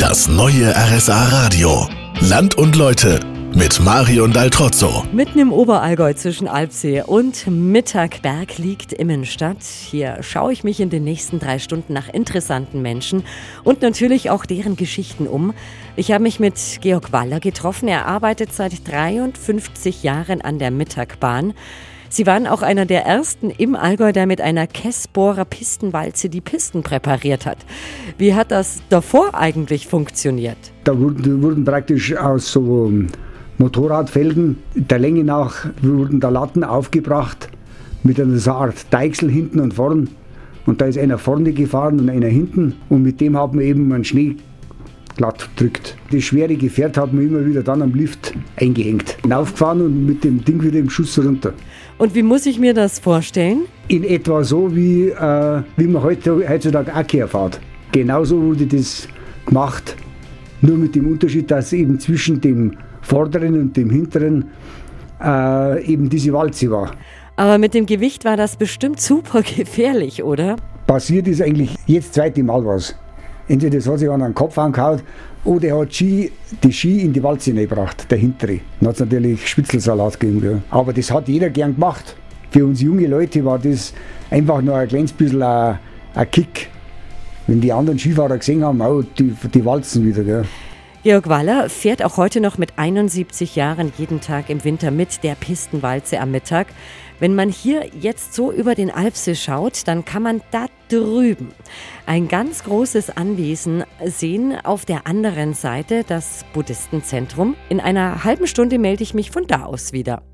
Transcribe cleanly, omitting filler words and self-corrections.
Das neue RSA Radio. Land und Leute mit Marion Daltrozzo. Mitten im Oberallgäu zwischen Alpsee und Mittagberg liegt Immenstadt. Hier schaue ich mich in den nächsten 3 Stunden nach interessanten Menschen und natürlich auch deren Geschichten um. Ich habe mich mit Georg Waller getroffen. Er arbeitet seit 53 Jahren an der Mittagbahn. Sie waren auch einer der ersten im Allgäu, der mit einer Kässbohrer Pistenwalze die Pisten präpariert hat. Wie hat das davor eigentlich funktioniert? Da wurden praktisch aus so Motorradfelgen der Länge nach wurden da Latten aufgebracht mit einer so Art Deichsel hinten und vorn. Und da ist einer vorne gefahren und einer hinten. Und mit dem haben wir eben einen Schnee glatt gedrückt. Das schwere Gefährt haben wir immer wieder dann am Lift eingehängt. Hinaufgefahren und mit dem Ding wieder im Schuss runter. Und wie muss ich mir das vorstellen? In etwa so, wie man heutzutage auch fährt. Genauso wurde das gemacht, nur mit dem Unterschied, dass eben zwischen dem vorderen und dem hinteren eben diese Walze war. Aber mit dem Gewicht war das bestimmt super gefährlich, oder? Passiert ist eigentlich jetzt das 2. Mal was. Entweder das hat sich an den Kopf angehauen oder er hat die Ski in die Walze reingebracht, der hintere. Dann hat es natürlich Spitzelsalat gegeben. Ja. Aber das hat jeder gern gemacht. Für uns junge Leute war das einfach nur ein kleines bisschen ein Kick. Wenn die anderen Skifahrer gesehen haben, oh, die walzen wieder. Gell. Georg Waller fährt auch heute noch mit 71 Jahren jeden Tag im Winter mit der Pistenwalze am Mittag. Wenn man hier jetzt so über den Alpsee schaut, dann kann man da drüben ein ganz großes Anwesen sehen. Auf der anderen Seite das Buddhistenzentrum. In einer halben Stunde melde ich mich von da aus wieder.